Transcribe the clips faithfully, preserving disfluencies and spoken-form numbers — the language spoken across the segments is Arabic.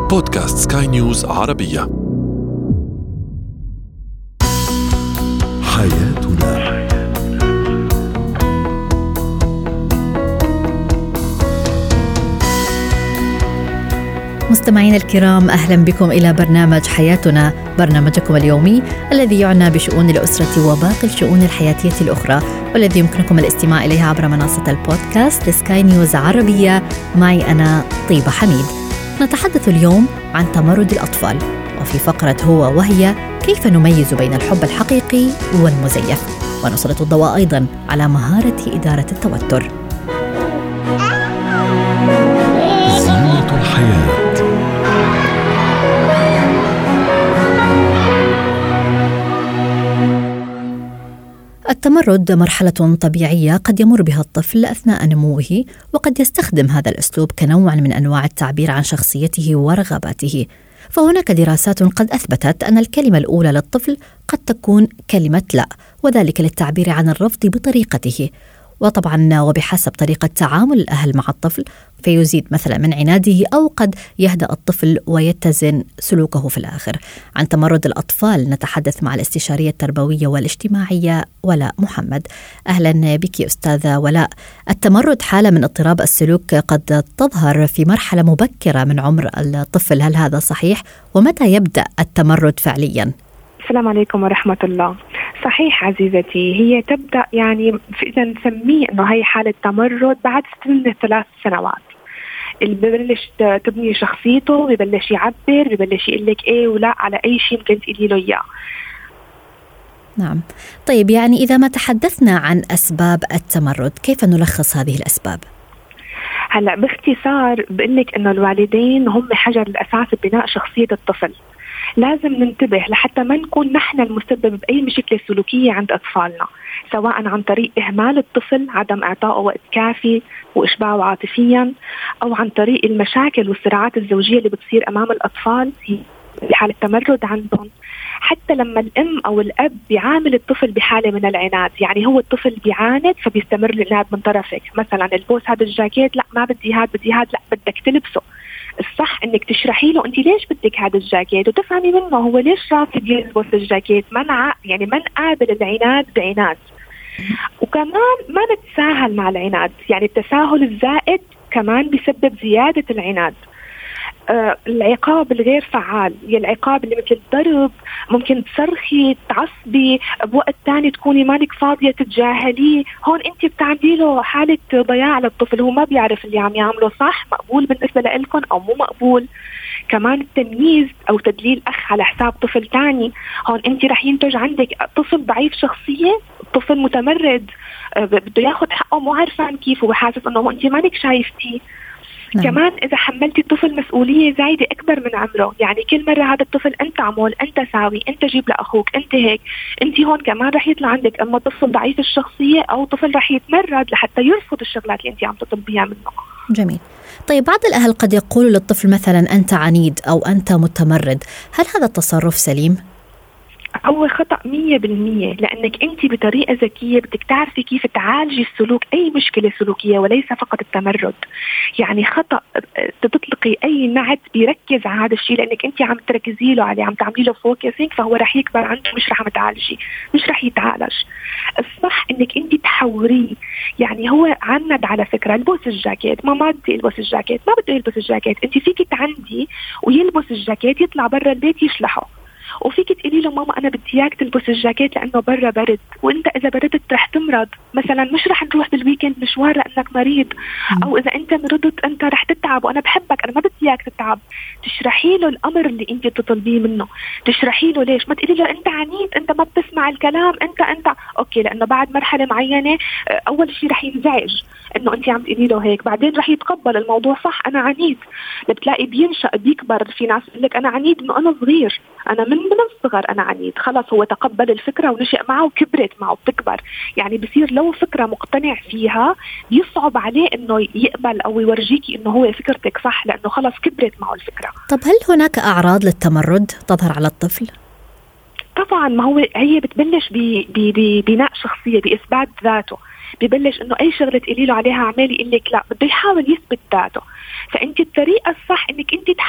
بودكاست سكاي نيوز عربية. حياتنا. مستمعين الكرام، أهلا بكم إلى برنامج حياتنا، برنامجكم اليومي الذي يعنى بشؤون الأسرة وباقي الشؤون الحياتية الأخرى، والذي يمكنكم الاستماع إليها عبر منصة البودكاست سكاي نيوز عربية. معي أنا طيبة حميد. نتحدث اليوم عن تمرد الأطفال، وفي فقرة هو وهي كيف نميز بين الحب الحقيقي والمزيف، ونسلط الضوء أيضا على مهارة إدارة التوتر. زينة الحياة. التمرد مرحلة طبيعية قد يمر بها الطفل أثناء نموه، وقد يستخدم هذا الأسلوب كنوع من أنواع التعبير عن شخصيته ورغباته. فهناك دراسات قد أثبتت أن الكلمة الأولى للطفل قد تكون كلمة لا، وذلك للتعبير عن الرفض بطريقته، وطبعا وبحسب طريقة تعامل الأهل مع الطفل، فيزيد مثلا من عناده أو قد يهدأ الطفل ويتزن سلوكه في الآخر. عن تمرد الأطفال نتحدث مع الاستشارية التربوية والاجتماعية ولاء محمد. أهلا بك أستاذة ولاء. التمرد حالة من اضطراب السلوك قد تظهر في مرحلة مبكرة من عمر الطفل، هل هذا صحيح؟ ومتى يبدأ التمرد فعليا؟ السلام عليكم ورحمة الله. صحيح عزيزتي، هي تبدأ يعني إذا نسميه أنه هي حالة تمرد بعد سن ثلاث سنوات. اللي ببلش تبني شخصيته، ببلش يعبر، ببلش يقول لك إيه ولا على أي شيء ممكن تقولي له إياه. نعم. طيب، يعني إذا ما تحدثنا عن أسباب التمرد، كيف نلخص هذه الأسباب؟ هلأ باختصار بقولك أنه الوالدين هم حجر الأساس ببناء شخصية الطفل. لازم ننتبه لحتى ما نكون نحن المسبب بأي مشكلة سلوكية عند أطفالنا، سواء عن طريق إهمال الطفل، عدم إعطائه وقت كافي وإشباعه عاطفيا، أو عن طريق المشاكل والصراعات الزوجية اللي بتصير أمام الأطفال في حالة تمرد عندهم. حتى لما الأم أو الأب بيعامل الطفل بحالة من العناد، يعني هو الطفل بيعاند فبيستمر العناد من طرفك، مثلا البوس هذا الجاكيت، لا ما بدي هاد بدي هاد، لا بدك تلبسه. الصح انك تشرحي له انت ليش بدك هذا الجاكيت، وتفهمي منه هو ليش رافض يلبس الجاكيت. منع يعني ما نقابل العناد بعناد. وكمان ما نتساهل مع العناد، يعني التساهل الزائد كمان بيسبب زيادة العناد. آه العقاب الغير فعال، يعني العقاب اللي مثل الضرب، ممكن تصرخي تعصبي بوقت تاني تكوني مالك فاضية تتجاهليه، هون انت بتعملي له حالة ضياع للطفل، هو ما بيعرف اللي عم يعمله صح مقبول بالنسبة لإلكم أو مو مقبول. كمان التمييز أو تدليل أخ على حساب طفل تاني، هون انت رح ينتج عندك طفل ضعيف شخصية، طفل متمرد آه بده ياخد حقه مو عارفان كيف، وبحاسس انه انت مالك شايفتيه. نعم. كمان إذا حملتي الطفل مسؤولية زايدة أكبر من عمره، يعني كل مرة هذا الطفل أنت عمول، أنت ساوي، أنت جيب لأخوك، أنت هيك، أنت هون كمان رح يطلع عندك أما طفل ضعيف الشخصية أو طفل رح يتمرد لحتى يرفض الشغلات اللي أنت عم تطلبيها منه. جميل. طيب، بعض الأهل قد يقولوا للطفل مثلا أنت عنيد أو أنت متمرد، هل هذا التصرف سليم؟ هو خطأ مية بالمية، لأنك أنت بطريقة ذكية بدك تعرفي كيف تعالجي السلوك، أي مشكلة سلوكية وليس فقط التمرد. يعني خطأ تطلقي أي نعت بيركز على هذا الشيء، لأنك أنت عم تركزي له عليه، عم تعملي له فوكسينج، فهو رح يكبر عنده مش رح تعالجي، مش رح يتعالج. الصح أنك أنت تحوريه. يعني هو عند على فكرة البس الجاكيت، ما ما بدي يلبس الجاكيت، ما بده يلبس الجاكيت، أنت فيك تعندي ويلبس الجاكيت يطلع برا البيت يشلحه، وفيك تقولي له ماما أنا بدي إياك تلبس الجاكيت لأنه برا برد، وأنت إذا بردت رح تمرض، مثلا مش رح نروح بالويكند مشوار لأنك مريض، أو إذا أنت مرضت أنت رح تتعب وأنا بحبك، أنا ما بدي إياك تتعب. تشرحي له الأمر اللي أنت تطلبيه منه، تشرحي له ليش. ما تقولي له أنت عنيد، أنت ما بتسمع الكلام، أنت أنت أوكي، لأنه بعد مرحلة معينة أول شيء رح ينزعج إنه أنت عم تقولي له هيك، بعدين رح يتقبل الموضوع، صح أنا عنيد. بتلاقي بينشأ بيكبر في ناس يقول لك أنا عنيد إنه أنا صغير، أنا من من الصغر أنا عنيد، خلاص هو تقبل الفكرة ونشأ معه وكبرت معه بتكبر. يعني بصير لو فكرة مقتنع فيها يصعب عليه إنه يقبل أو يورجيكي إنه هو فكرتك صح، لأنه خلاص كبرت معه الفكرة. طب هل هناك أعراض للتمرد تظهر على الطفل؟ طبعا، ما هو هي بتبلش ببناء شخصية، بإثبات ذاته. ببلش انه اي شغله تقولي له عليها عمالي يقول لك لا، بده يحاول يثبت ذاته. فانت الطريقه الصح انك انت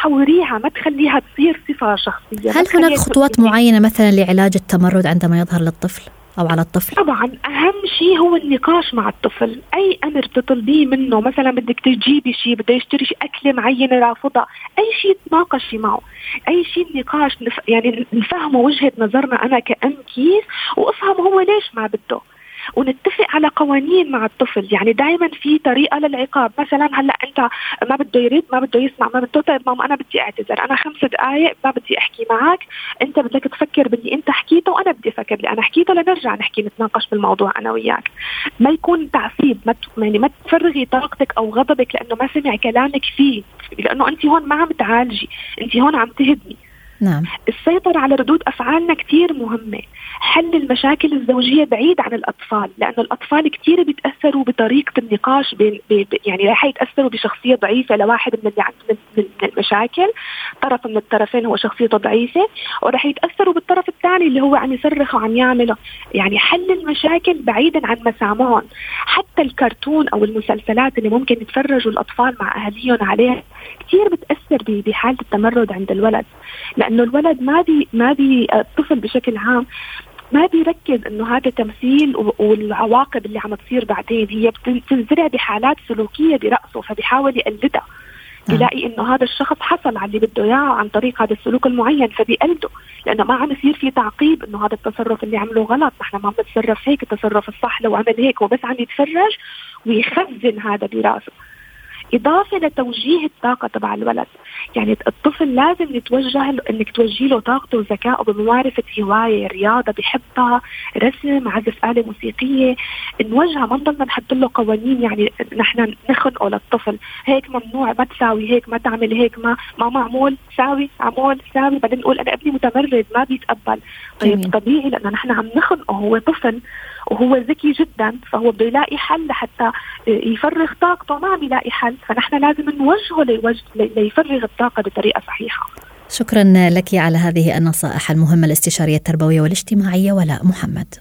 تحوريها، ما تخليها تصير صفة شخصية. هل هناك خطوات معينة مثلا لعلاج التمرد عندما يظهر للطفل أو على الطفل؟ طبعا أهم شيء هو النقاش مع الطفل. أي أمر تطلبيه منه، مثلا بدك تجيبي شيء، بده يشتري شيء أكل معينة رافضة، أي شيء تناقشي معه، أي شيء النقاش نف... يعني نفهمه وجهة نظرنا أنا كأم كيف، وأفهم هو ليش ما بده، ونتفق على قوانين مع الطفل. يعني دائما في طريقة للعقاب. مثلا هلا انت ما بده يرد، ما بده يسمع، ما بده، طيب ماما انا بدي اعتذر، انا خمس دقائق ما بدي احكي معك، انت بدك تفكر باللي انت حكيته وانا بدي افكر اللي انا حكيته، لنرجع نحكي نتناقش بالموضوع انا وياك. ما يكون تعصيب، ما يعني ما تفرغي طاقتك او غضبك لانه ما سمع كلامك فيه، لانه انت هون ما عم تعالجي، انت هون عم تهدمي. نعم. السيطرة على ردود أفعالنا كتير مهمة. حل المشاكل الزوجية بعيد عن الأطفال، لأن الأطفال كتير بيتأثروا بطريقة النقاش بين بي يعني راح يتأثروا بشخصية ضعيفة لواحد من اللي عنده من المشاكل، طرف من الطرفين هو شخصيته ضعيفة، وراح يتأثروا بالطرف الثاني اللي هو عم يصرخ وعم يعمله. يعني حل المشاكل بعيدا عن مسامعهم. حتى الكرتون أو المسلسلات اللي ممكن يتفرجوا الأطفال مع أهاليهم عليها كتير بتأثر بحالة التمرد عند الولد، لأنه الولد ما بي ما بي الطفل بشكل عام ما بيركز إنه هذا تمثيل، والعواقب اللي عم تصير بعدين هي بتنزرع بحالات سلوكية برأسه، فبيحاول يقلدها. بيلاقي إنه هذا الشخص حصل على اللي بده إياه عن طريق هذا السلوك المعين، فبيقلده، لأنه ما عم يصير في تعقيب إنه هذا التصرف اللي عمله غلط، نحن ما عم نتصرف هيك، التصرف الصح لو عمل هيك، وبس عم يتفرج ويخزن هذا براسه. إضافة لتوجيه الطاقة تبع الولد. يعني الطفل لازم نتوجه انك توجه له طاقته وذكائه بممارسة هواية، رياضة بيحبها، رسم، عزف آلة موسيقية، نوجهه، ما نضلنا نحط له قوانين يعني نحن نخنقه للطفل، هيك ممنوع، ما تساوي هيك، ما تعمل هيك، ما ما معمول، ساوي، عمول، ساوي، بعدين نقول أنا ابني متمرد ما بيتقبل. طيب طبيعي، لأن نحن عم نخنقه، هو طفل وهو ذكي جدا، فهو بده يلاقي حل حتى يفرغ طاقته، ما بيلاقي حل، فنحن لازم نوجهه ليوجه ليفرغ الطاقة بطريقة صحيحة. شكرا لك على هذه النصائح المهمة. الاستشارية التربوية والاجتماعية ولاء محمد.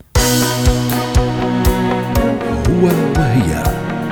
هو وهي.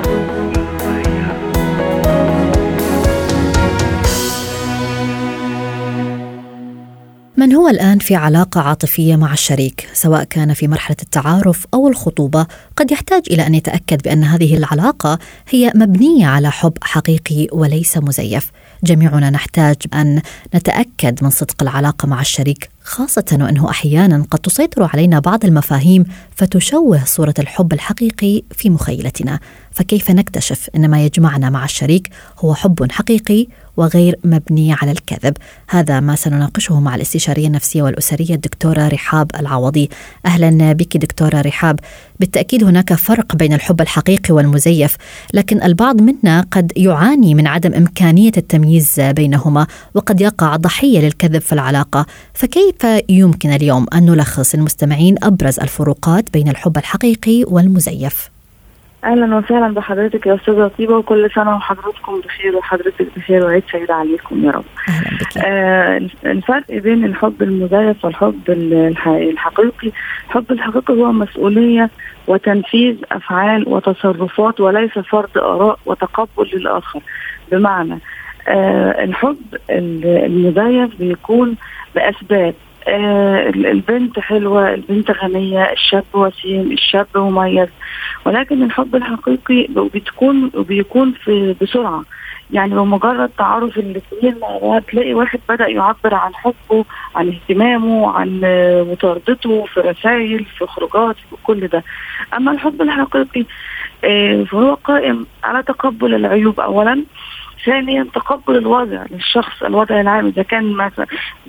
من هو الآن في علاقة عاطفية مع الشريك، سواء كان في مرحلة التعارف أو الخطوبة، قد يحتاج إلى أن يتأكد بأن هذه العلاقة هي مبنية على حب حقيقي وليس مزيف. جميعنا نحتاج أن نتأكد من صدق العلاقة مع الشريك، خاصة وأنه أحيانا قد تسيطر علينا بعض المفاهيم فتشوه صورة الحب الحقيقي في مخيلتنا. فكيف نكتشف أن ما يجمعنا مع الشريك هو حب حقيقي وغير مبني على الكذب؟ هذا ما سنناقشه مع الاستشارية النفسية والأسرية الدكتورة رحاب العوضي. أهلا بك دكتورة رحاب. بالتأكيد هناك فرق بين الحب الحقيقي والمزيف، لكن البعض منا قد يعاني من عدم إمكانية التمييز بينهما، وقد يقع ضحية للكذب في العلاقة. فكيف يمكن اليوم أن نلخص المستمعين أبرز الفروقات بين الحب الحقيقي والمزيف؟ اهلا وسهلا بحضرتك يا استاذه طيبه، وكل سنه وحضرتكم بخير وحضرتك بخير وعيد سعيد عليكم يا رب. اهلا بك. آه الفرق بين الحب المزيف والحب الحقيقي، الحب الحقيقي هو مسؤوليه وتنفيذ افعال وتصرفات، وليس فرض اراء وتقبل للاخر. بمعنى آه الحب المزيف بيكون باسباب، آه البنت حلوة، البنت غنية، الشاب وسيم، الشاب مميز. ولكن الحب الحقيقي بتكون بيكون في بسرعة، يعني بمجرد تعارف الاثنين مع بعض تلاقي واحد بدأ يعبر عن حبه، عن اهتمامه، عن مطاردته في رسائل، في خروجات، في كل ده. أما الحب الحقيقي آه فهو قائم على تقبل العيوب أولا، ثانيا تقبل الوضع للشخص، الوضع العام إذا كان مثلا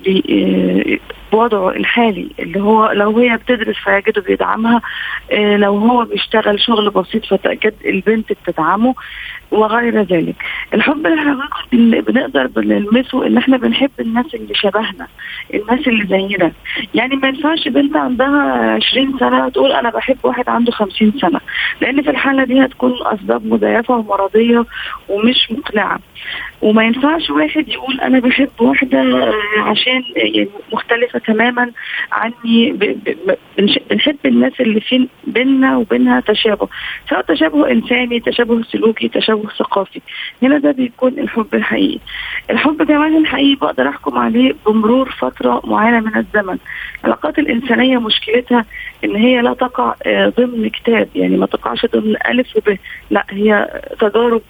بوضعه الحالي اللي هو لو هي بتدرس فيجده بيدعمها، لو هو بيشتغل شغل بسيط فتأكد البنت بتدعمه وغير ذلك. الحب الحقيقي بنقدر بنلمسه ان احنا بنحب الناس اللي شبهنا، الناس اللي زينا. يعني ما ينفعش بنت عندها عشرين سنة تقول انا بحب واحد عنده خمسين سنة، لان في الحالة دي هتكون اسباب مزيفة ومرضية ومش مقنعة. وما ينفعش واحد يقول أنا بحب واحدة عشان يعني مختلفة تماما عني. بنحب الناس اللي في بيننا وبينها تشابه، سواء تشابه إنساني، تشابه سلوكي، تشابه ثقافي. هنا ده بيكون الحب الحقيقي. الحب كمان الحقيقي بقدر أحكم عليه بمرور فترة معينة من الزمن. العلاقات الإنسانية مشكلتها إن هي لا تقع ضمن كتاب، يعني ما تقعش ضمن ألف وب، لا هي تجارب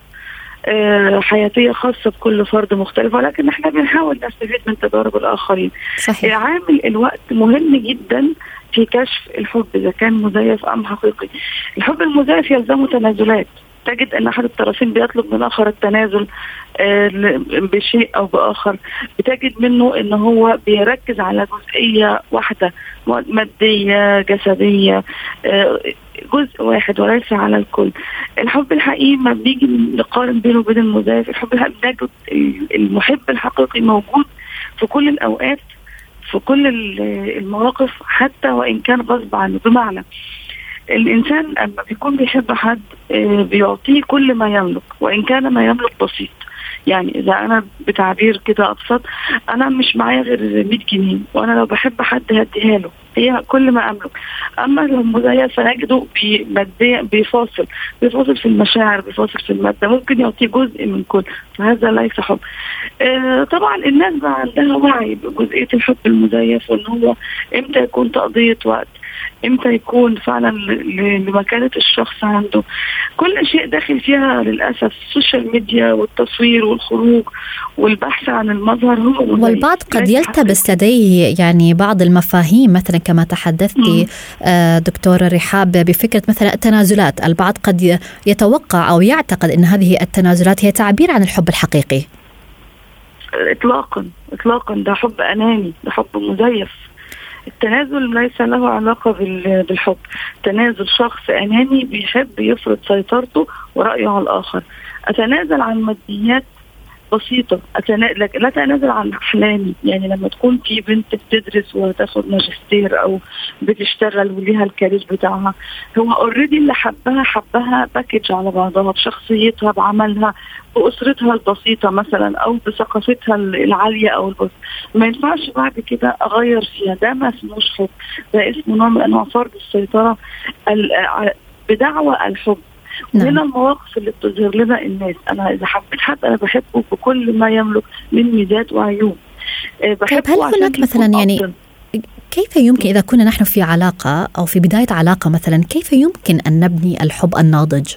حياتية خاصة بكل فرد مختلف، ولكن احنا بنحاول نستفيد من تجارب الآخرين. صحيح. عامل الوقت مهم جدا في كشف الحب إذا كان مزيف أم حقيقي. الحب المزيف يلزمه تنازلات، تجد أن أحد الطرفين بيطلب من آخر التنازل بشيء أو بآخر، بتجد منه أنه هو بيركز على جزئية واحدة مادية جسدية، جزء واحد وليس على الكل. الحب الحقيقي ما بنيجي نقارن بينه وبين المزيف. الحب الحقيقي بنجد المحب الحقيقي موجود في كل الأوقات في كل المواقف، حتى وإن كان غصب عنه. بمعنى الإنسان لما بيكون بيحب حد بيعطيه كل ما يملك وإن كان ما يملك بسيط. يعني إذا أنا بتعبير كده أبسط، أنا مش معايا غير مية جنيه وأنا لو بحب حد هديها له، هي كل ما أملك. أما لو مزيف فنجده بيفاصل بيفاصل في المشاعر، بيفاصل في المادة، ممكن يعطيه جزء من كل، فهذا ليس حب. آه طبعا الناس بقى عندها وعي بجزئية الحب المزيف، وأنه هو إمتى يكون تقضية وقت، امتى يكون فعلا لمكانة الشخص عنده. كل شيء داخل فيها للأسف السوشيال ميديا والتصوير والخروج والبحث عن المظهر. هو والبعض قد يلتبس لديه يعني بعض المفاهيم، مثلا كما تحدثتي دكتورة رحاب بفكرة مثلا التنازلات. البعض قد يتوقع أو يعتقد أن هذه التنازلات هي تعبير عن الحب الحقيقي. إطلاقا إطلاقا، ده حب أناني، ده حب مزيف. التنازل ليس له علاقة بالحب. تنازل شخص أناني بيحب يفرض سيطرته ورأيه على الآخر. أتنازل عن ماديات بسيطة، أتنا... لا أتنازل عن أحلامي. يعني لما تكون في بنت بتدرس وتاخد ماجستير أو بتشتغل وليها الكارير بتاعها، هو أوريدي اللي حبها حبها باكج على بعضها، بشخصيتها، بعملها، بأسرتها البسيطة مثلا، أو بثقافتها العالية أو البسيطة. ما ينفعش بعد كده أغير فيها. ده ما اسموش حب، ده اسمه نوع من أنواع فرض السيطرة بدعوى الحب. نعم. هنا المواقف اللي بتظهر لنا الناس، أنا إذا حبيت حد أنا بحبه بكل ما يملك من ميزات وعيوب. طيب هل هناك مثلا يعني أفضل. كيف يمكن إذا كنا نحن في علاقة أو في بداية علاقة مثلا، كيف يمكن أن نبني الحب الناضج؟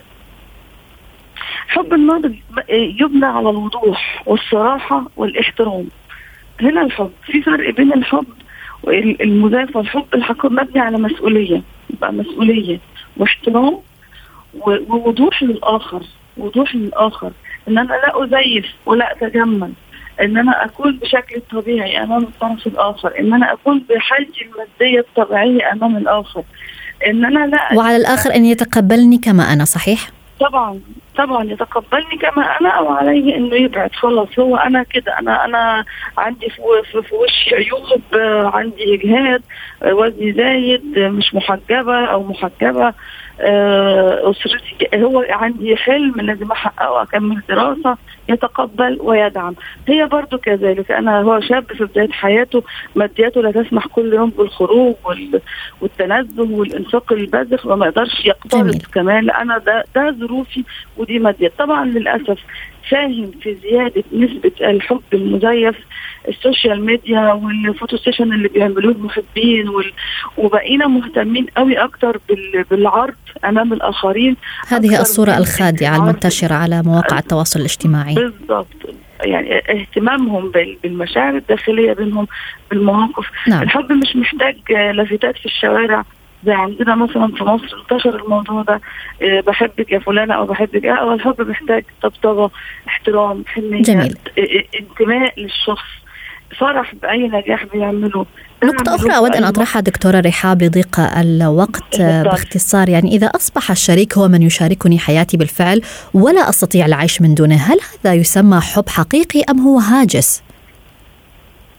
حب الناضج يبنى على الوضوح والصراحة والاحترام. هنا الحب في فرق بين الحب المزيف والحب الحقيقي مبني على مسؤولية، يبقى مسؤولية واحترام ووضوح للآخر. وضوح للآخر إن أنا لا أزيف ولا أتجمل، إن أنا أكون بشكل طبيعي أمام الطرف الآخر، إن أنا أكون بحالتي المادية الطبيعية أمام الآخر، إن أنا لا وعلى الآخر أن يتقبلني كما أنا. صحيح؟ طبعا طبعا يتقبلني كما أنا، أو عليه إنه يبعد. خلاص هو أنا كده، أنا أنا عندي في, في وشي عيوب، عندي إجهاد، وزني زايد، مش محجبة أو محجبة، أسرتي، هو عندي حلم لازم أحققه، أكمل دراسة، يتقبل ويدعم. هي برضو كذلك، أنا هو شاب في بداية حياته، مادياته لا تسمح كل يوم بالخروج والتنزه والإنفاق البذخ، وما يقدرش يقترض كمان. أنا ده ده ظروفي ودي ماديات. طبعا للأسف ساهم في زيادة نسبة الحب المزيف السوشيال ميديا والفوتو سيشن اللي بيعملوه المحبين، وبقينا مهتمين قوي أكتر بالعرض أمام الآخرين. هذه الصورة الخادعة المنتشرة على مواقع التواصل الاجتماعي. بالضبط، يعني اهتمامهم بالمشاعر الداخلية بينهم بالمواقف. نعم. الحب مش محتاج لافتات في الشوارع زي عندنا مثلا في مصر انتشر الموضوع ده، أه بحبك يا فلانة أو بحبك. اه الحب محتاج طبطبة، احترام، حنية، جميل. انتماء للشخص، فرح بأي نجاح بيعمله. نقطة أخرى أود أن أطرحها دكتورة رحاب لضيق الوقت باختصار، يعني إذا أصبح الشريك هو من يشاركني حياتي بالفعل ولا أستطيع العيش من دونه، هل هذا يسمى حب حقيقي أم هو هاجس؟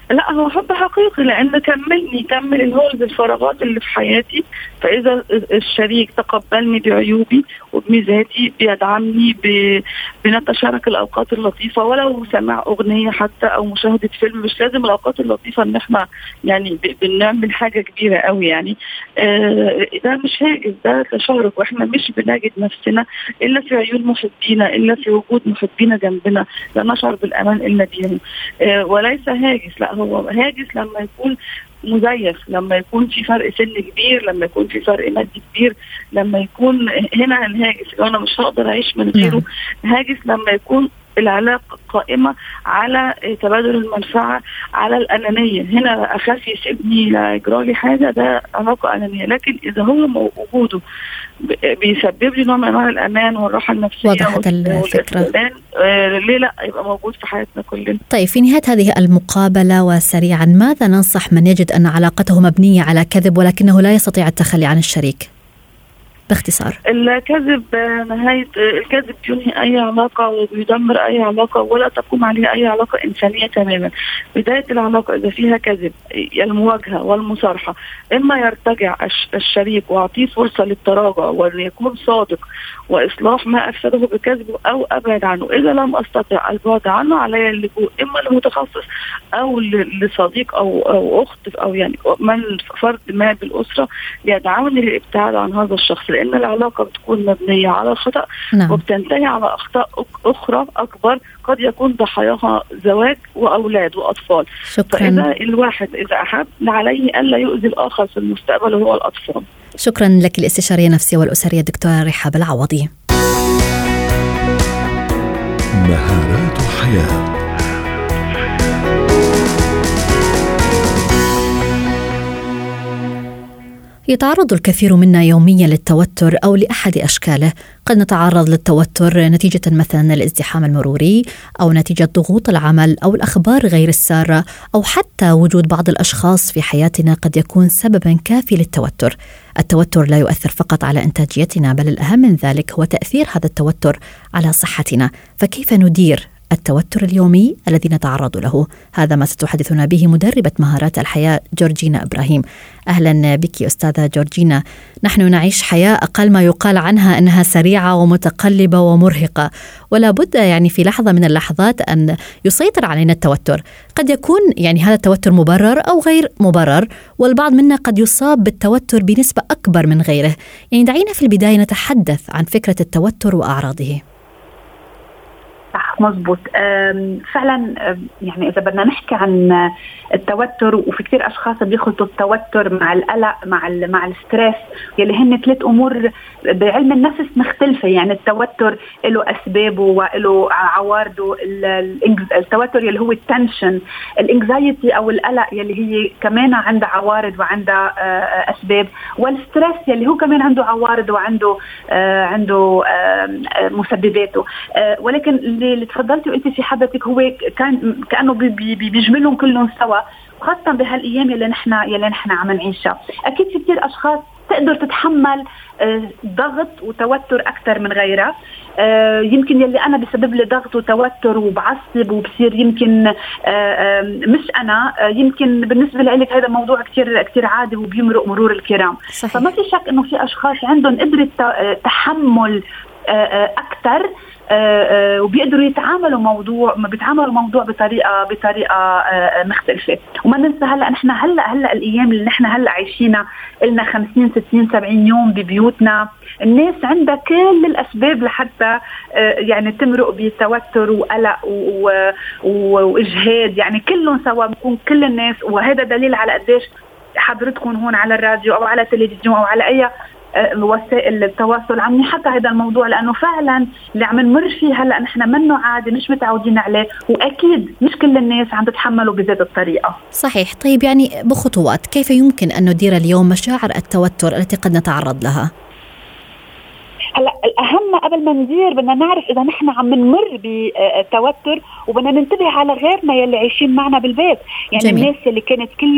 لا هو حب حقيقي، لأنه كملني كمل الهولز الفراغات اللي في حياتي. فإذا الشريك تقبلني بعيوبي وبميزاتي، بيدعمني، بنتشارك الأوقات اللطيفة، ولو سمع أغنية حتى أو مشاهدة فيلم. مش لازم الأوقات اللطيفة إن إحنا يعني بنعمل حاجة كبيرة قوي يعني. آه ده مش هاجس، ده تشارك، وإحنا مش بنجد نفسنا إلا في عيون محبينا، إلا في وجود محبينا جنبنا، لا نشعر بالأمان إلا بيهم. آه وليس هاجس، لا هو هاجس لما يكون مزيف، لما يكون في فرق سن كبير، لما يكون في فرق مادي كبير، لما يكون هنا الهاجس لو انا مش هقدر اعيش من غيره. هاجس لما يكون العلاقة قائمة على تبادل المنفعة، على الأنانية. هنا أخاف يسيبني لا يجرالي حاجة، ده علاقة أنانية. لكن إذا هو وجوده بيسبب لي نوع من أنواع الأمان والراحة النفسية وضحت الفكرة، آه ليه لا يبقى موجود في حياتنا كلنا. طيب في نهاية هذه المقابلة وسريعا، ماذا ننصح من يجد أن علاقته مبنية على كذب ولكنه لا يستطيع التخلي عن الشريك؟ باختصار. الكذب نهاية الكذب ينهي أي علاقة وبيدمر أي علاقة، ولا تقوم عليها أي علاقة إنسانية تماما. بداية العلاقة إذا فيها كذب، المواجهة والمصارحة، إما يرتجع الشريك ويعطيه فرصة للتراجع وأن يكون صادق وإصلاح ما أفسده بكذبه، أو أبعد عنه. إذا لم أستطع البعد عنه، علي اللجوء إما لمتخصص أو لصديق أو أو أخت أو يعني من فرد ما بالأسرة يدعوني للابتعاد عن هذا الشخص، لأن العلاقة بتكون مبنية على الخطأ. نعم. وبتنتهي على أخطاء أخرى أكبر قد يكون ضحاياها زواج وأولاد وأطفال. شكرا. فإذا الواحد إذا أحب عليه ألا يؤذي الآخر في المستقبل وهو الأطفال. شكرا لك الاستشارية النفسية والأسرية الدكتورة رحاب العوضي. مهارات حياة. يتعرض الكثير منا يوميا للتوتر أو لأحد أشكاله. قد نتعرض للتوتر نتيجة مثلا الازدحام المروري، أو نتيجة ضغوط العمل، أو الأخبار غير السارة، أو حتى وجود بعض الأشخاص في حياتنا قد يكون سببا كافي للتوتر. التوتر لا يؤثر فقط على إنتاجيتنا، بل الأهم من ذلك هو تأثير هذا التوتر على صحتنا. فكيف ندير التوتر اليومي الذي نتعرض له؟ هذا ما ستحدثنا به مدربة مهارات الحياة جورجينا إبراهيم. أهلا بك أستاذة جورجينا. نحن نعيش حياة أقل ما يقال عنها أنها سريعة ومتقلبة ومرهقة، ولا بد يعني في لحظة من اللحظات أن يسيطر علينا التوتر. قد يكون يعني هذا التوتر مبرر أو غير مبرر، والبعض منا قد يصاب بالتوتر بنسبة أكبر من غيره. يعني دعينا في البداية نتحدث عن فكرة التوتر وأعراضه. مزبوط. فعلا يعني إذا بدنا نحكي عن التوتر، وفي كتير أشخاص بيخلطوا التوتر مع القلق مع ال مع الستريس، يلي هن ثلاث أمور بعلم النفس مختلفة. يعني التوتر له أسبابه وله عوارضه. التوتر يلي هو التنشن، الانكزايتي أو القلق يلي هي كمان عندها عوارض وعندها أسباب، والستريس يلي هو كمان عنده عوارض وعنده عنده مسبباته. ولكن اللي تفضلتي وانت في حدثك هو كان كأنه بي بي بيجملهم كلهم سوا، خاصة بهالأيام يلي نحن يلي نحن عم نعيشها. أكيد في كتير أشخاص تقدر تتحمل ضغط وتوتر أكثر من غيرها. يمكن يلي أنا بسبب لي ضغط وتوتر وبعصب وبصير يمكن مش أنا، يمكن بالنسبة لك هذا موضوع كتير كتير عادي وبيمرق مرور الكرام. صحيح. فما في شك إنه في أشخاص عندهم قدرة تحمل أكثر، آه آه وبيقدروا يتعاملوا موضوع ما بيتعاملوا موضوع بطريقه بطريقه آه مختلفه. وما ننسى هلا نحن هلا هلا الايام اللي نحن هلا عايشينها لنا خمسين ستين سبعين يوم ببيوتنا، الناس عندها كل الاسباب لحتى آه يعني تمرق بتوتر وقلق واجهاد، يعني كلهم سوا بكون كل الناس. وهذا دليل على قديش حضرتكم هون على الراديو او على التلفزيون او على اي وسائل التواصل عم نحكي هذا الموضوع، لأنه فعلا اللي عم نمر فيه هلأ نحن منه عادي، مش متعودين عليه، وأكيد مش كل الناس عم تتحملوا بذات الطريقة. صحيح. طيب يعني بخطوات كيف يمكن أن ندير اليوم مشاعر التوتر التي قد نتعرض لها؟ هلا الأهم قبل ما ندير بدنا نعرف إذا نحن عم نمر بتوتر، وبدنا ننتبه على غيرنا يلي عايشين معنا بالبيت. يعني جميل. الناس اللي كانت كل يوم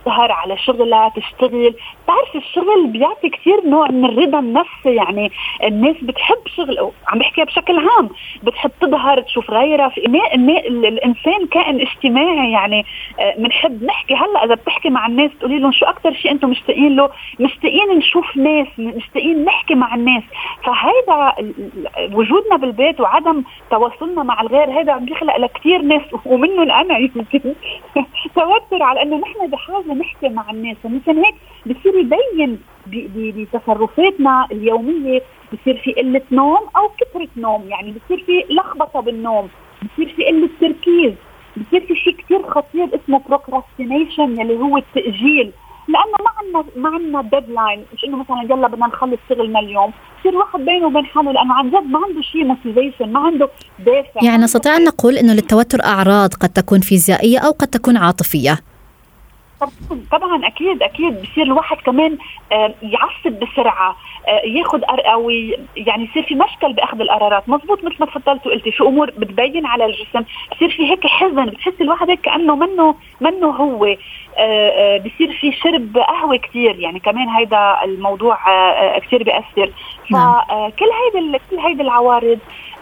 تظهر على شغلها، تشتغل. تعرف الشغل بيعطي كتير نوع من الرضا النفسي، يعني الناس بتحب شغل، عم بحكيها بشكل عام، بتحب تظهر تشوف غيرها. في الإنسان كائن اجتماعي، يعني بنحب نحكي. هلأ إذا بتحكي مع الناس تقولي لهم شو أكتر شيء أنتم مشتاقين له؟ مشتاقين نشوف ناس، مشتاقين نحكي مع الناس. فهيدا وجودنا بالبيت وعدم تواصلنا مع الغير هذا عم بيخلق لكتير ناس ومنهم أنا يمكن توتر على أنه نحن بحاجة نحكي مع الناس. ومثل هيك بصير يبين بتصرفاتنا اليومية، بصير في قلة نوم أو كثرة نوم، يعني بصير في لخبطة بالنوم، بصير في قلة تركيز، بصير في شيء كتير خطير اسمه procrastination اللي هو التأجيل. لأنه ما عنا ما عنا ديدلاين، مش إنه مثلا يلا بدنا نخلص شغلنا اليوم. بصير واحد بينه وبين حاله لأنه عن جد ما عنده شيء موتيفيشن، ما عنده دافع. يعني نستطيع أن نقول إنه للتوتر أعراض قد تكون فيزيائية أو قد تكون عاطفية. طبعا أكيد أكيد بصير الواحد كمان يعصب بسرعة، ياخد أو يعني يصير في مشكل بأخذ القرارات. مزبوط مثل ما تفضلت وقلتي، في أمور بتبين على الجسم، بصير في هيك حزن، بتحس الواحد هيك كأنه منه منه هو. بصير في شرب قهوة كتير، يعني كمان هيدا الموضوع كتير بيأثر. فكل هيدا كل هيدا العوارض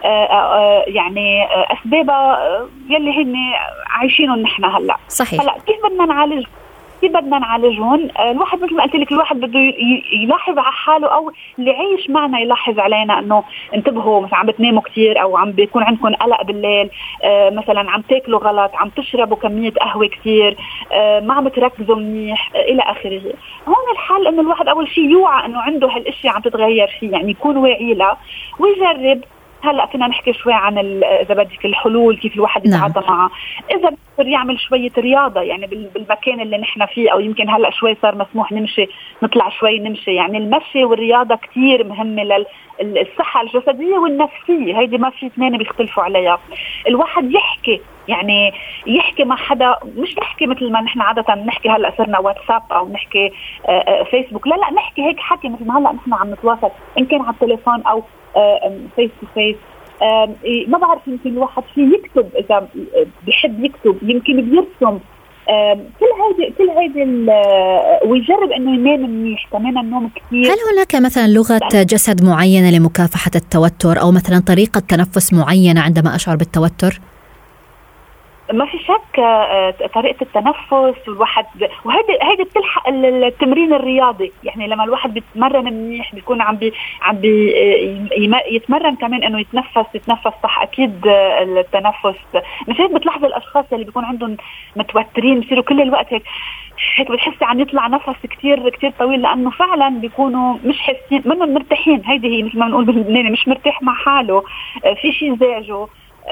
يعني أسبابها يلي هن عايشينهم نحن هلأ. صحيح. هلأ كيف بدنا نعالج كيف بدنا نعالجهم؟ الواحد مثل ما قلت لك، الواحد بده يلاحظ على حاله، أو اللي عايش معنا يلاحظ علينا أنه انتبهوا مثلا عم بتناموا كتير، أو عم بيكون عندكم قلق بالليل، مثلا عم تاكلوا غلط، عم تشربوا كمية قهوة كتير، ما عم تركزوا منيح إلى آخره. هون الحل أنه الواحد أول شيء يوعى أنه عنده هالأشياء عم تتغير فيه، يعني يكون واعي لها ويجرب. هلا فينا نحكي شوي عن اذا بدك الحلول، كيف الواحد يتعاطى نعم. معها. اذا بده يعمل شويه رياضه، يعني بالمكان اللي نحن فيه، او يمكن هلا شوي صار مسموح نمشي، نطلع شوي نمشي. يعني المشي والرياضه كتير مهمه للصحه الجسديه والنفسيه، هيدي ما في اثنين بيختلفوا عليها. الواحد يحكي، يعني يحكي مع حدا، مش نحكي مثل ما نحن عاده نحكي هلا صرنا واتساب او نحكي فيسبوك، لا لا نحكي هيك حكي مثل ما هلا نحن عم نتواصل، ان كان على التليفون او فيس تو فيس. ما بعرف، يمكن الواحد فيه يكتب إذا بيحب يكتب، يمكن بيرسم، كل هيدي كل هيدي ويجرب إنه ينام منيح. كمان النوم كتير. هل هناك مثلا لغة جسد معينة لمكافحة التوتر، أو مثلا طريقة تنفس معينة عندما أشعر بالتوتر؟ ما في شك طريقة التنفس، والواحد وهذا هذا بتلحق التمرين الرياضي. يعني لما الواحد بيتمرن منيح بيكون عم بي عم بي يتمرن كمان انه يتنفس يتنفس صح. اكيد التنفس مش هيك بتلاحظ الاشخاص اللي بيكون عندهم متوترين بيصيروا كل الوقت هيك هيك بتحسي عم يطلع نفس كتير كتير طويل، لانه فعلا بيكونوا مش حاسين منهم مرتاحين. هيدي هي مثل ما بنقول باللبناني، مش مرتاح مع حاله، في شيء زعجه،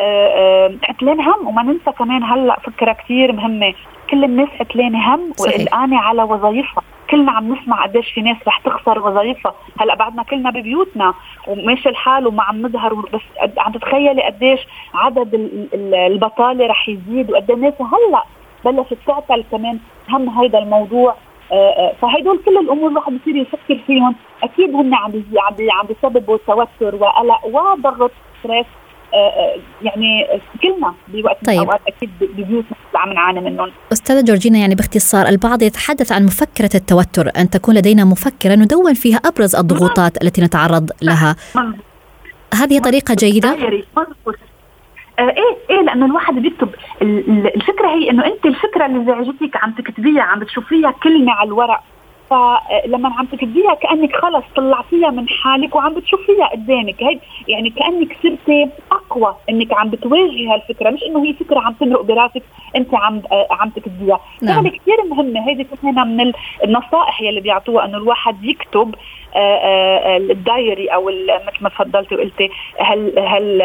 عتلان هم. وما ننسى كمان هلأ فكرة كتير مهمة، كل الناس عتلان هم وقلقانة على وظائفها. كلنا عم نسمع قديش في ناس رح تخسر وظائفها. هلأ بعدنا كلنا ببيوتنا وماشي الحال وما عم نظهر، بس عم تتخيلي قديش عدد البطالة رح يزيد، وقد الناس هلأ بلشت تعتل كمان هم هيدا الموضوع. فهيدول كل الأمور الواحد بيصير يفكر فيهم، أكيد هم عم عم بيسببوا توتر وقلق وضغط ستريس. يعني كلنا بوقت طيب. أوقات أكيد ببيوتنا عم نعاني منهم. أستاذة جورجينا، يعني باختصار البعض يتحدث عن مفكرة التوتر، أن تكون لدينا مفكرة ندون فيها أبرز الضغوطات التي نتعرض لها. هذه طريقة جيدة؟ مظبوط. ايه ايه لانه الواحد بيكتب. الفكره هي انه انت الفكره اللي زعجتك عم تكتبيها، عم بتشوفيها كلمه على الورق، فلما عم تكتبيها كأنك خلص طلعتيها من حالك وعم بتشوفيها قدامك. هيد يعني كأنك صرتي أقوى إنك عم بتواجهي هالفكرة، مش إنه هي فكرة عم تمرق براسك أنت عم عم تكتبيها. نعم. هذا كتير مهمة. هيدي كمان من النصائح يلي بيعطوها، إنه الواحد يكتب الدايري أو مثل ما تفضلتي وقلتي هال هال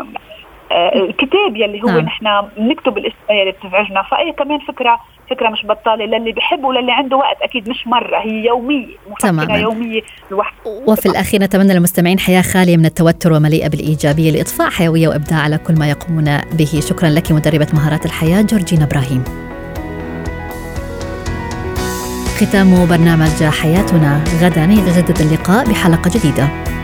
الكتاب يلي هو نعم. نحن بنكتب الاشياء اللي بتزعجنا. فأي كمان فكرة فكرة مش بطالة للي بيحب وللي عنده وقت. أكيد مش مرة، هي يومية، مفكرة يومية الواحد. وفي الأخير نتمنى للمستمعين حياة خالية من التوتر ومليئة بالإيجابية لإضفاء حيوية وإبداع على كل ما يقومون به. شكرا لك مدربة مهارات الحياة جورجينا إبراهيم. ختام برنامج حياتنا، غدا يتجدد اللقاء بحلقة جديدة.